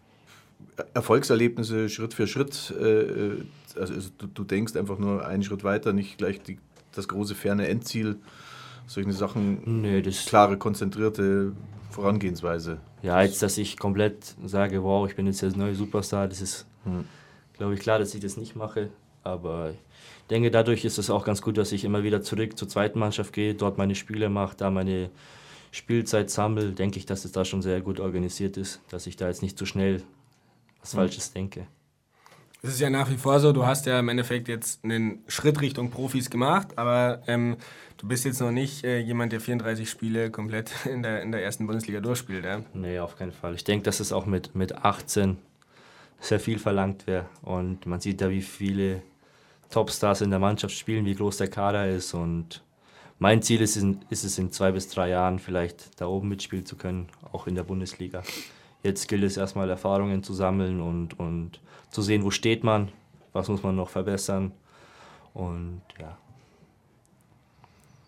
Erfolgserlebnisse Schritt für Schritt. Also du, du denkst einfach nur einen Schritt weiter, nicht gleich die, das große ferne Endziel. Solche Sachen, nee, das klare, konzentrierte Vorangehensweise. Ja, jetzt, dass ich komplett sage, wow, ich bin jetzt der neue Superstar, das ist, Hm. glaube ich, klar, dass ich das nicht mache. Aber ich denke, dadurch ist es auch ganz gut, dass ich immer wieder zurück zur zweiten Mannschaft gehe, dort meine Spiele mache, da meine Spielzeit sammle. Denke ich, dass es da schon sehr gut organisiert ist, dass ich da jetzt nicht zu schnell was Falsches denke. Es ist ja nach wie vor so, du hast ja im Endeffekt jetzt einen Schritt Richtung Profis gemacht, aber ähm, du bist jetzt noch nicht äh, jemand, der vierunddreißig Spiele komplett in der, in der ersten Bundesliga durchspielt. Ja? Nee, auf keinen Fall. Ich denke, dass es auch mit, mit achtzehn sehr viel verlangt wäre. Und man sieht da, wie viele Topstars in der Mannschaft spielen, wie groß der Kader ist. Und mein Ziel ist, in, ist es, in zwei bis drei Jahren vielleicht da oben mitspielen zu können, auch in der Bundesliga. Jetzt gilt es erstmal, Erfahrungen zu sammeln und, und zu sehen, wo steht man, was muss man noch verbessern. Und ja.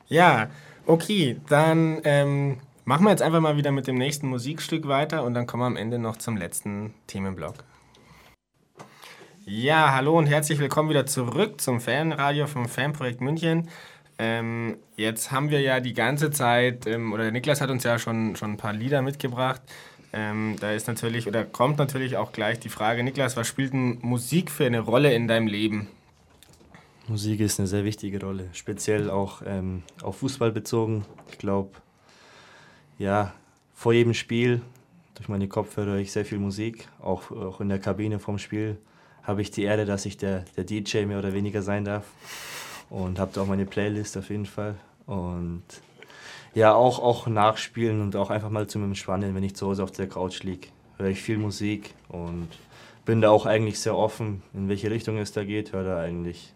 Ja, okay, dann ähm, machen wir jetzt einfach mal wieder mit dem nächsten Musikstück weiter und dann kommen wir am Ende noch zum letzten Themenblock. Ja, hallo und herzlich willkommen wieder zurück zum Fanradio vom Fanprojekt München. Ähm, jetzt haben wir ja die ganze Zeit, ähm, oder Niklas hat uns ja schon, schon ein paar Lieder mitgebracht. Ähm, da ist natürlich, oder kommt natürlich auch gleich die Frage, Niklas, was spielt denn Musik für eine Rolle in deinem Leben? Musik ist eine sehr wichtige Rolle, speziell auch ähm, auf Fußball bezogen. Ich glaube, ja, vor jedem Spiel, durch meine Kopfhörer höre ich sehr viel Musik, auch, auch in der Kabine vorm Spiel habe ich die Ehre, dass ich der, der D J mehr oder weniger sein darf und habe da auch meine Playlist auf jeden Fall. Und ja, auch, auch nachspielen und auch einfach mal zum Entspannen, wenn ich zu Hause auf der Couch liege, höre ich viel Musik und bin da auch eigentlich sehr offen, in welche Richtung es da geht, höre da eigentlich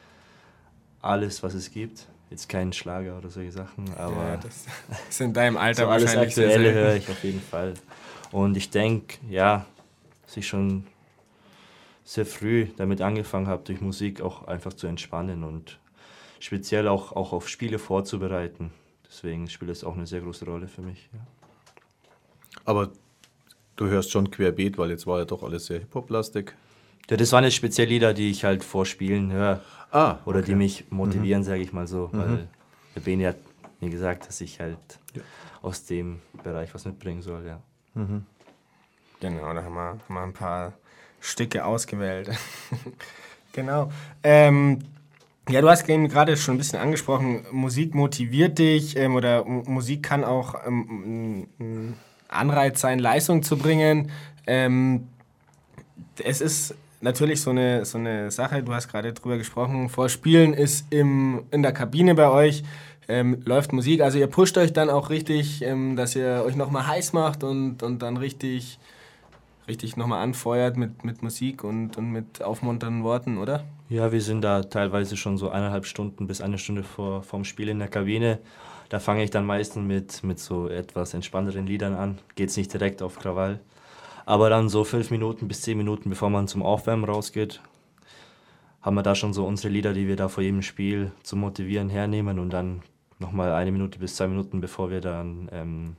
alles, was es gibt. Jetzt keinen Schlager oder solche Sachen, aber ja, das ist in deinem Alter so alles wahrscheinlich sehr Aktuelle selten. höre ich auf jeden Fall. Und ich denke, ja, dass ich schon sehr früh damit angefangen habe, durch Musik auch einfach zu entspannen und speziell auch, auch auf Spiele vorzubereiten. Deswegen spielt es auch eine sehr große Rolle für mich. Ja. Aber du hörst schon querbeet, weil jetzt war ja doch alles sehr Hip-Hop-lastig. Ja, das waren jetzt speziell Lieder, die ich halt vor Spielen höre. Ah, Oder okay. die mich motivieren, mhm. sage ich mal so. Mhm. Weil der Beni hat mir gesagt, dass ich halt ja. aus dem Bereich was mitbringen soll. Ja. Mhm. Genau, da haben wir, haben wir ein paar Stücke ausgewählt. Genau. Ähm, ja, du hast eben gerade schon ein bisschen angesprochen, Musik motiviert dich ähm, oder M- Musik kann auch ähm, ein Anreiz sein, Leistung zu bringen. Ähm, es ist natürlich so eine, so eine Sache, du hast gerade drüber gesprochen, vor Spielen ist im, in der Kabine bei euch, ähm, läuft Musik, also ihr pusht euch dann auch richtig, ähm, dass ihr euch nochmal heiß macht und, und dann richtig, richtig nochmal anfeuert mit, mit Musik und, und mit aufmunternden Worten, oder? Ja, wir sind da teilweise schon so eineinhalb Stunden bis eine Stunde vor vom Spiel in der Kabine. Da fange ich dann meistens mit, mit so etwas entspannteren Liedern an. Geht's nicht direkt auf Krawall. Aber dann so fünf Minuten bis zehn Minuten, bevor man zum Aufwärmen rausgeht, haben wir da schon so unsere Lieder, die wir da vor jedem Spiel zum Motivieren hernehmen. Und dann nochmal eine Minute bis zwei Minuten, bevor wir dann ähm,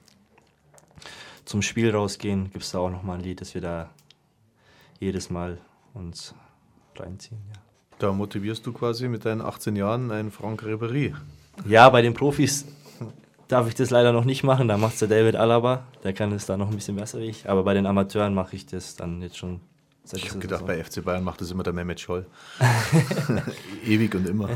zum Spiel rausgehen, gibt es da auch nochmal ein Lied, das wir da jedes Mal uns reinziehen. Ja. Da motivierst du quasi mit deinen achtzehn Jahren einen Franck Ribéry. Ja, bei den Profis darf ich das leider noch nicht machen. Da macht es der David Alaba. Der kann es da noch ein bisschen besser wie ich. Aber bei den Amateuren mache ich das dann jetzt schon seit Ich dieser habe gedacht, Saison. bei F C Bayern macht das immer der Mehmet Scholl. Ewig und immer.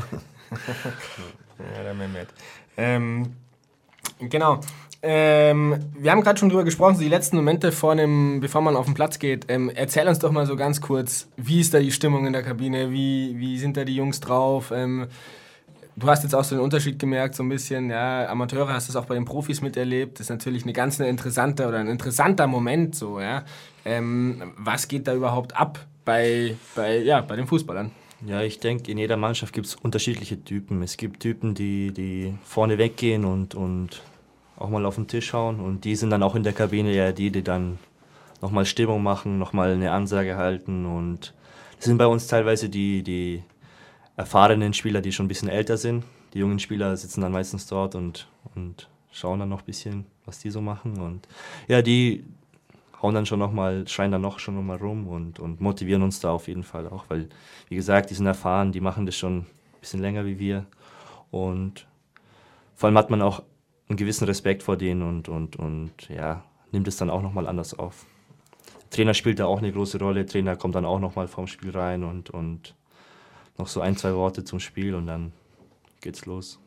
Ja, der Mehmet. Ähm, genau. Ähm, wir haben gerade schon drüber gesprochen, so die letzten Momente vor einem, bevor man auf den Platz geht. Ähm, erzähl uns doch mal so ganz kurz, wie ist da die Stimmung in der Kabine? Wie, wie sind da die Jungs drauf? Ähm, du hast jetzt auch so den Unterschied gemerkt, so ein bisschen, ja, Amateure hast du es auch bei den Profis miterlebt. Das ist natürlich eine ganz eine interessante oder ein interessanter Moment, so, ja. Ähm, was geht da überhaupt ab bei, bei, ja, bei den Fußballern? Ja, ich denke, in jeder Mannschaft gibt es unterschiedliche Typen. Es gibt Typen, die, die vorne weggehen und, und auch mal auf den Tisch hauen. Und die sind dann auch in der Kabine ja die, die dann nochmal Stimmung machen, nochmal eine Ansage halten. Und das sind bei uns teilweise die, die erfahrenen Spieler, die schon ein bisschen älter sind. Die jungen Spieler sitzen dann meistens dort und, und schauen dann noch ein bisschen, was die so machen. Und ja, die hauen dann schon noch mal, schreien dann noch schon noch mal rum und, und motivieren uns da auf jeden Fall auch, weil, wie gesagt, die sind erfahren, die machen das schon ein bisschen länger wie wir und vor allem hat man auch einen gewissen Respekt vor denen und, und, und ja, nimmt es dann auch noch mal anders auf. Der Trainer spielt da auch eine große Rolle, der Trainer kommt dann auch noch mal vorm Spiel rein und, und noch so ein, zwei Worte zum Spiel und dann geht's los.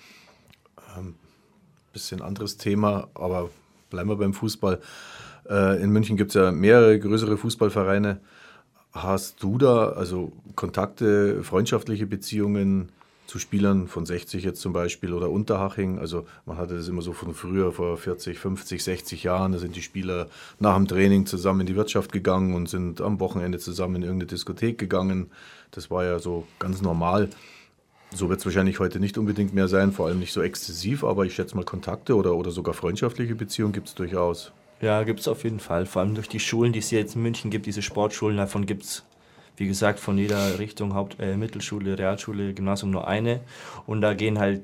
Ähm, bisschen anderes Thema, aber bleiben wir beim Fußball. In München gibt es ja mehrere größere Fußballvereine. Hast du da also Kontakte, freundschaftliche Beziehungen zu Spielern von sechzig jetzt zum Beispiel oder Unterhaching? Also man hatte das immer so von früher, vor vierzig, fünfzig, sechzig Jahren. Da sind die Spieler nach dem Training zusammen in die Wirtschaft gegangen und sind am Wochenende zusammen in irgendeine Diskothek gegangen. Das war ja so ganz normal. So wird es wahrscheinlich heute nicht unbedingt mehr sein, vor allem nicht so exzessiv, aber ich schätze mal Kontakte oder, oder sogar freundschaftliche Beziehungen gibt es durchaus. Ja, gibt es auf jeden Fall. Vor allem durch die Schulen, die es hier jetzt in München gibt, diese Sportschulen, davon gibt es, wie gesagt, von jeder Richtung, Haupt-, äh, Mittelschule, Realschule, Gymnasium nur eine. Und da gehen halt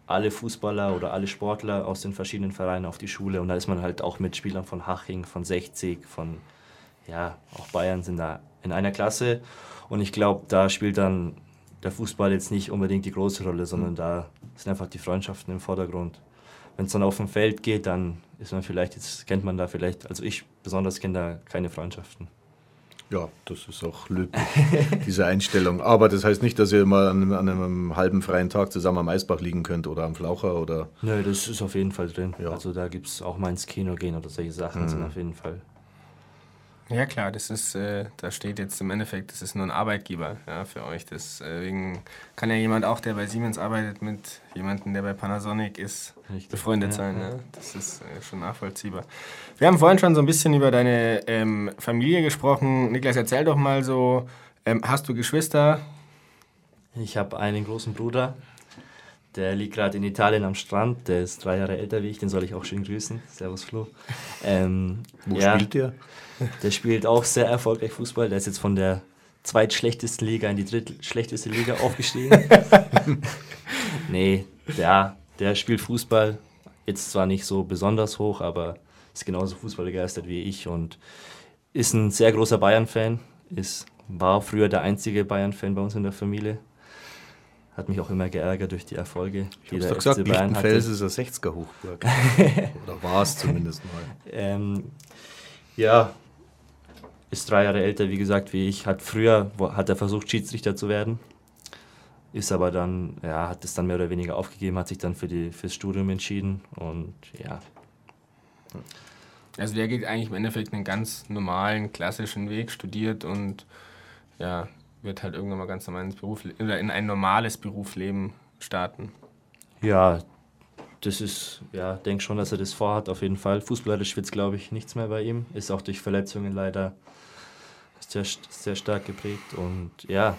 alle Fußballer oder alle Sportler aus den verschiedenen Vereinen auf die Schule und da ist man halt auch mit Spielern von Haching, von sechzig, von, ja, auch Bayern sind da in einer Klasse und ich glaube, da spielt dann der Fußball jetzt nicht unbedingt die große Rolle, sondern da sind einfach die Freundschaften im Vordergrund. Wenn es dann auf dem Feld geht, dann ist man vielleicht, jetzt kennt man da vielleicht, also ich besonders kenne da keine Freundschaften. Ja, das ist auch löblich, diese Einstellung. Aber das heißt nicht, dass ihr mal an einem, an einem halben freien Tag zusammen am Eisbach liegen könnt oder am Flaucher oder... Nö, das ist auf jeden Fall drin. Ja. Also da gibt es auch mal ins Kino gehen oder solche Sachen, mhm. sind auf jeden Fall. Ja klar, das ist, äh, da steht jetzt im Endeffekt, das ist nur ein Arbeitgeber, ja, für euch. Deswegen kann ja jemand auch, der bei Siemens arbeitet, mit jemandem, der bei Panasonic ist, Richtig. befreundet ja, sein. Ja. Ja. Das ist äh, schon nachvollziehbar. Wir haben vorhin schon so ein bisschen über deine ähm, Familie gesprochen. Niklas, erzähl doch mal so, ähm, hast du Geschwister? Ich habe einen großen Bruder, der liegt gerade in Italien am Strand, der ist drei Jahre älter wie ich, den soll ich auch schön grüßen. Servus Flo. Ähm, Wo ja, spielt der? Der spielt auch sehr erfolgreich Fußball. Der ist jetzt von der zweitschlechtesten Liga in die drittschlechteste Liga aufgestiegen. Nee, der, der spielt Fußball. Jetzt zwar nicht so besonders hoch, aber ist genauso fußballbegeistert wie ich und ist ein sehr großer Bayern-Fan. Ist, war früher der einzige Bayern-Fan bei uns in der Familie. Hat mich auch immer geärgert durch die Erfolge, die der F C Bayern hatte. Lichtenfels ist eine sechziger-Hochburg. Oder war es zumindest mal. Ähm, ja, ist drei Jahre älter, wie gesagt, wie ich. Hat früher hat er versucht, Schiedsrichter zu werden. Ist aber dann, ja, hat es dann mehr oder weniger aufgegeben, hat sich dann für die, fürs Studium entschieden und ja. Also der geht eigentlich im Endeffekt einen ganz normalen, klassischen Weg, studiert und ja, wird halt irgendwann mal ganz normal ins Beruf, oder in ein normales Berufsleben starten. Ja, das ist, ja, denke schon, dass er das vorhat, auf jeden Fall. Fußballerisch wird es, glaube ich, nichts mehr bei ihm. Ist auch durch Verletzungen leider sehr, sehr stark geprägt und ja,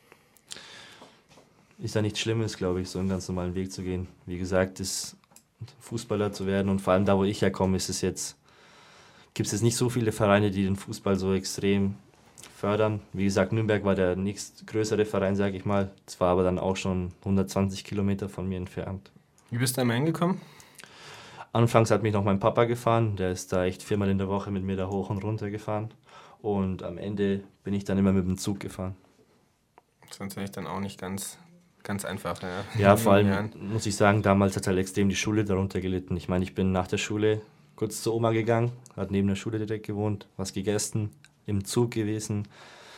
ist ja nichts Schlimmes, glaube ich, so einen ganz normalen Weg zu gehen. Wie gesagt, ist Fußballer zu werden und vor allem da, wo ich herkomme, ist es jetzt, gibt es jetzt nicht so viele Vereine, die den Fußball so extrem fördern. Wie gesagt, Nürnberg war der nächstgrößere Verein, sage ich mal. Das war aber dann auch schon hundertzwanzig Kilometer von mir entfernt. Wie bist du einmal hingekommen? Anfangs hat mich noch mein Papa gefahren. Der ist da echt viermal in der Woche mit mir da hoch und runter gefahren. Und am Ende bin ich dann immer mit dem Zug gefahren. Das ist natürlich dann auch nicht ganz, ganz einfach. Ja, ja vor allem Jahren. Muss ich sagen, damals hat halt extrem die Schule darunter gelitten. Ich meine, ich bin nach der Schule kurz zur Oma gegangen, hat neben der Schule direkt gewohnt, was gegessen, im Zug gewesen,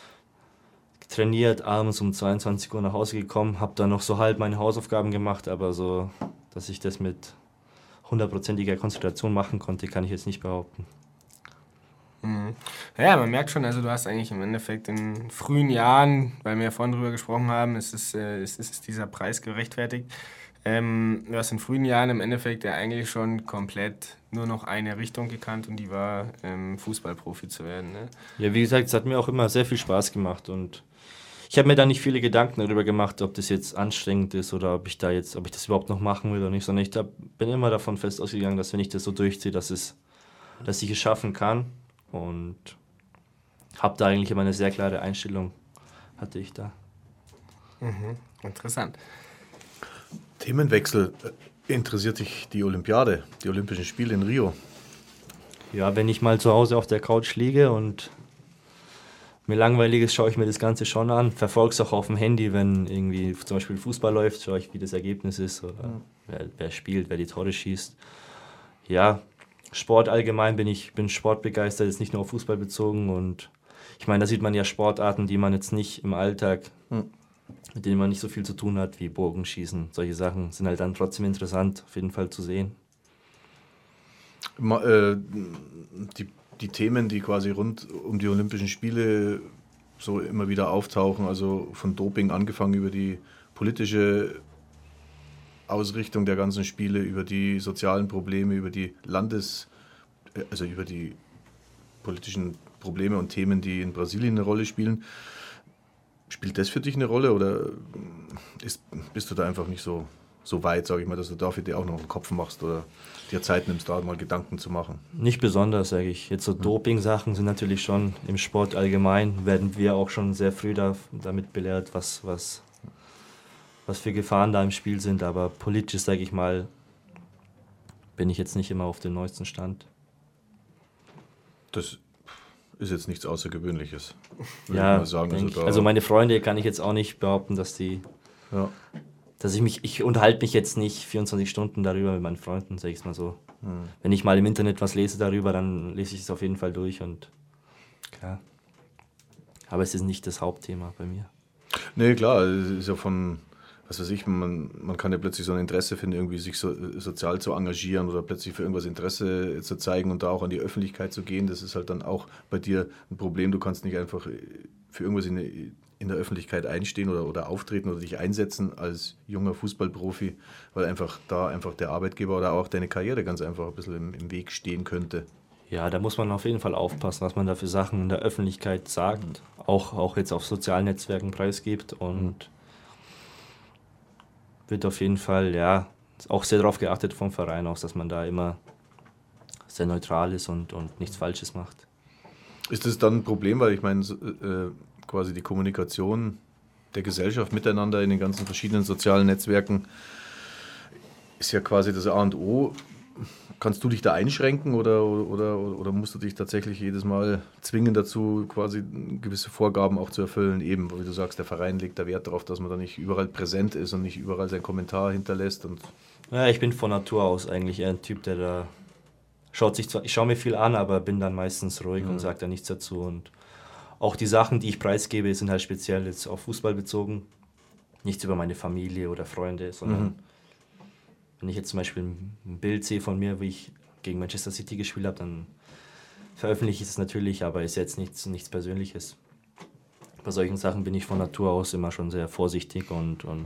trainiert, abends um zweiundzwanzig Uhr nach Hause gekommen, habe dann noch so halb meine Hausaufgaben gemacht, aber so, dass ich das mit hundertprozentiger Konzentration machen konnte, kann ich jetzt nicht behaupten. Mhm. Ja, man merkt schon, also du hast eigentlich im Endeffekt in frühen Jahren, weil wir ja vorhin drüber gesprochen haben, es ist, äh, es ist dieser Preis gerechtfertigt. Ähm, du hast in frühen Jahren im Endeffekt ja eigentlich schon komplett nur noch eine Richtung gekannt und die war, ähm, Fußballprofi zu werden. Ne? Ja, wie gesagt, es hat mir auch immer sehr viel Spaß gemacht und ich habe mir da nicht viele Gedanken darüber gemacht, ob das jetzt anstrengend ist oder ob ich da jetzt, ob ich das überhaupt noch machen will oder nicht, sondern ich da, bin immer davon fest ausgegangen, dass wenn ich das so durchziehe, dass, es, dass ich es schaffen kann und habe da eigentlich immer eine sehr klare Einstellung, hatte ich da. Mhm. Interessant. Themenwechsel. Interessiert dich die Olympiade, die Olympischen Spiele in Rio? Ja, wenn ich mal zu Hause auf der Couch liege und mir langweilig ist, schaue ich mir das Ganze schon an. Verfolge es auch auf dem Handy, wenn irgendwie zum Beispiel Fußball läuft, schaue ich, wie das Ergebnis ist oder mhm. wer, wer spielt, wer die Tore schießt. Ja, Sport allgemein bin ich bin sportbegeistert, jetzt nicht nur auf Fußball bezogen und ich meine, da sieht man ja Sportarten, die man jetzt nicht im Alltag, mhm. mit denen man nicht so viel zu tun hat, wie Bogenschießen. Solche Sachen sind halt dann trotzdem interessant, auf jeden Fall zu sehen. Ma, äh, die, die Themen, die quasi rund um die Olympischen Spiele so immer wieder auftauchen, also von Doping angefangen über die politische Ausrichtung der ganzen Spiele, über die sozialen Probleme, über die Landes-, also über die politischen Probleme und Themen, die in Brasilien eine Rolle spielen. Spielt das für dich eine Rolle oder ist, bist du da einfach nicht so, so weit, sage ich mal, dass du dafür dir auch noch einen Kopf machst oder dir Zeit nimmst, da mal Gedanken zu machen? Nicht besonders, sage ich. Jetzt so Doping-Sachen sind natürlich schon im Sport allgemein, werden wir auch schon sehr früh da, damit belehrt, was, was, was für Gefahren da im Spiel sind, aber politisch, sage ich mal, bin ich jetzt nicht immer auf dem neuesten Stand. Das ist jetzt nichts Außergewöhnliches, würde Ja, ich mal sagen. Also, also, also meine Freunde kann ich jetzt auch nicht behaupten, dass die, ja. dass ich mich, ich unterhalte mich jetzt nicht vierundzwanzig Stunden darüber mit meinen Freunden, sage ich es mal so. Hm. Wenn ich mal im Internet was lese darüber, dann lese ich es auf jeden Fall durch und klar. Aber es ist nicht das Hauptthema bei mir. Nee, klar, es ist ja von, was weiß ich, man, man kann ja plötzlich so ein Interesse finden, irgendwie sich so, sozial zu engagieren oder plötzlich für irgendwas Interesse zu zeigen und da auch an die Öffentlichkeit zu gehen. Das ist halt dann auch bei dir ein Problem. Du kannst nicht einfach für irgendwas in, in der Öffentlichkeit einstehen oder, oder auftreten oder dich einsetzen als junger Fußballprofi, weil einfach da einfach der Arbeitgeber oder auch deine Karriere ganz einfach ein bisschen im, im Weg stehen könnte. Ja, da muss man auf jeden Fall aufpassen, was man da für Sachen in der Öffentlichkeit sagt, auch, auch jetzt auf sozialen Netzwerken preisgibt und wird auf jeden Fall, ja, auch sehr darauf geachtet vom Verein aus, dass man da immer sehr neutral ist und, und nichts Falsches macht. Ist das dann ein Problem, weil ich meine, äh, quasi die Kommunikation der Gesellschaft miteinander in den ganzen verschiedenen sozialen Netzwerken ist ja quasi das A und O. Kannst du dich da einschränken oder, oder, oder musst du dich tatsächlich jedes Mal zwingen dazu, quasi gewisse Vorgaben auch zu erfüllen? Eben, wie du sagst, der Verein legt da Wert darauf, dass man da nicht überall präsent ist und nicht überall seinen Kommentar hinterlässt. Und ja, ich bin von Natur aus eigentlich eher ein Typ, der da schaut sich zwar, ich schaue mir viel an, aber bin dann meistens ruhig mhm. und sage da nichts dazu. Und auch die Sachen, die ich preisgebe, sind halt speziell jetzt auf Fußball bezogen. Nichts über meine Familie oder Freunde, sondern mhm. wenn ich jetzt zum Beispiel ein Bild sehe von mir, wie ich gegen Manchester City gespielt habe, dann veröffentliche ich es natürlich, aber ist jetzt nichts, nichts Persönliches. Bei solchen Sachen bin ich von Natur aus immer schon sehr vorsichtig und, und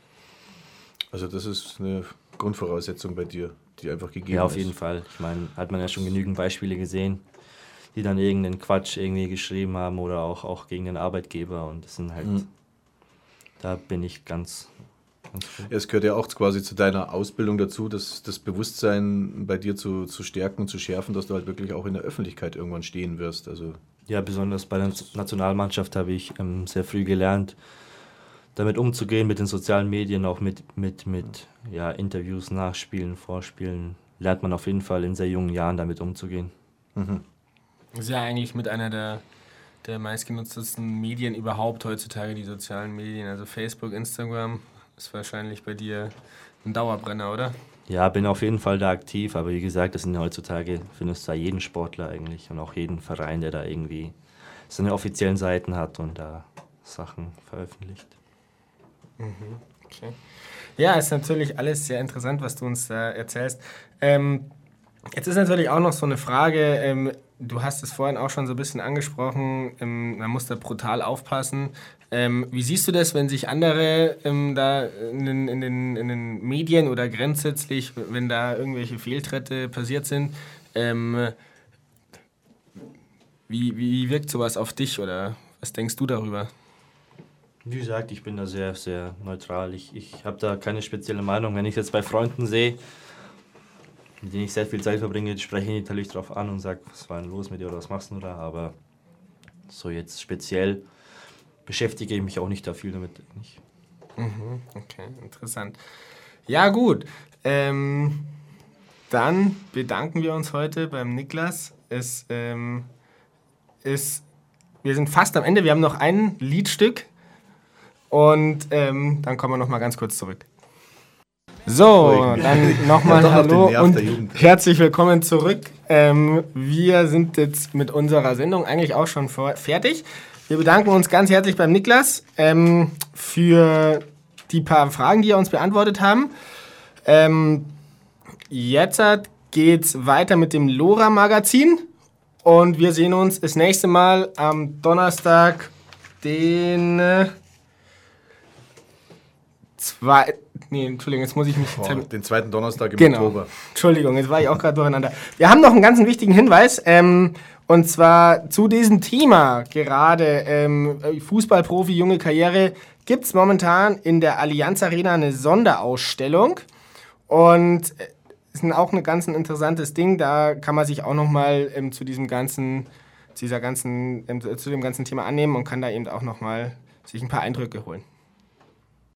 also das ist eine Grundvoraussetzung bei dir, die einfach gegeben ist. Ja, auf jeden Fall. Ich meine, hat man ja schon genügend Beispiele gesehen, die dann irgendeinen Quatsch irgendwie geschrieben haben oder auch, auch gegen den Arbeitgeber und das sind halt, mhm. da bin ich ganz... Es gehört ja auch quasi zu deiner Ausbildung dazu, das, das Bewusstsein bei dir zu, zu stärken und zu schärfen, dass du halt wirklich auch in der Öffentlichkeit irgendwann stehen wirst. Also ja, besonders bei der Nationalmannschaft habe ich ähm, sehr früh gelernt, damit umzugehen, mit den sozialen Medien, auch mit, mit, mit ja, Interviews, Nachspielen, Vorspielen. Lernt man auf jeden Fall in sehr jungen Jahren damit umzugehen. Mhm. Das ist ja eigentlich mit einer der, der meistgenutztesten Medien überhaupt heutzutage, die sozialen Medien, also Facebook, Instagram. Ist wahrscheinlich bei dir ein Dauerbrenner, oder? Ja, bin auf jeden Fall da aktiv, aber wie gesagt, das sind heutzutage, findest du da jeden Sportler eigentlich und auch jeden Verein, der da irgendwie seine offiziellen Seiten hat und da Sachen veröffentlicht. Mhm, okay. Ja, ist natürlich alles sehr interessant, was du uns da erzählst. Ähm, jetzt ist natürlich auch noch so eine Frage, ähm, du hast es vorhin auch schon so ein bisschen angesprochen, ähm, man muss da brutal aufpassen. Ähm, wie siehst du das, wenn sich andere ähm, da in den, in, den, in den Medien oder grundsätzlich, wenn da irgendwelche Fehltritte passiert sind, ähm, wie, wie wirkt sowas auf dich oder was denkst du darüber? Wie gesagt, ich bin da sehr, sehr neutral. Ich, ich habe da keine spezielle Meinung. Wenn ich jetzt bei Freunden sehe, mit denen ich sehr viel Zeit verbringe, spreche ich natürlich drauf an und sage, was war denn los mit dir oder was machst du da? Aber so jetzt speziell beschäftige ich mich auch nicht da viel damit. Nicht. Mhm, okay, interessant. Ja gut, ähm, dann bedanken wir uns heute beim Niklas. Es ähm, ist, wir sind fast am Ende, wir haben noch ein Liedstück und ähm, dann kommen wir noch mal ganz kurz zurück. So, dann nochmal Hallo und herzlich willkommen zurück. Ähm, wir sind jetzt mit unserer Sendung eigentlich auch schon vor, fertig. Wir bedanken uns ganz herzlich beim Niklas ähm, für die paar Fragen, die er uns beantwortet haben. Ähm, jetzt geht's weiter mit dem Lora-Magazin und wir sehen uns das nächste Mal am Donnerstag, den äh, zwei, nee, Entschuldigung, jetzt muss ich mich... Oh, den zweiten Donnerstag im genau. Oktober. Entschuldigung, jetzt war ich auch gerade durcheinander. Wir haben noch einen ganz wichtigen Hinweis, ähm, und zwar zu diesem Thema gerade ähm, Fußballprofi, junge Karriere, gibt es momentan in der Allianz Arena eine Sonderausstellung und äh, ist auch ein ganz interessantes Ding, da kann man sich auch nochmal ähm, zu diesem ganzen, zu dieser ganzen, ähm, zu dem ganzen Thema annehmen und kann da eben auch nochmal sich ein paar Eindrücke holen.